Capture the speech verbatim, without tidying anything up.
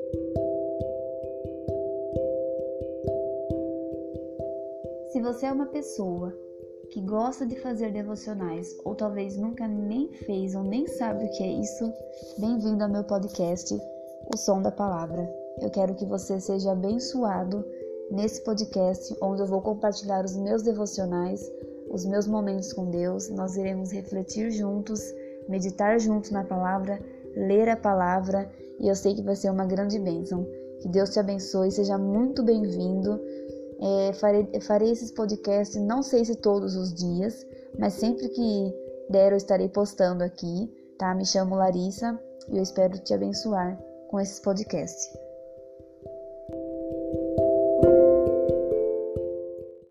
Se você é uma pessoa que gosta de fazer devocionais ou talvez nunca nem fez ou nem sabe o que é isso, bem-vindo ao meu podcast, O Som da Palavra. Eu quero que você seja abençoado nesse podcast onde eu vou compartilhar os meus devocionais, os meus momentos com Deus. Nós iremos refletir juntos, meditar juntos na palavra, ler a palavra e eu sei que vai ser uma grande bênção. Que Deus te abençoe, seja muito bem-vindo. É, farei, farei esses podcasts, não sei se todos os dias, mas sempre que der eu estarei postando aqui, tá? Me chamo Larissa e eu espero te abençoar com esses podcasts.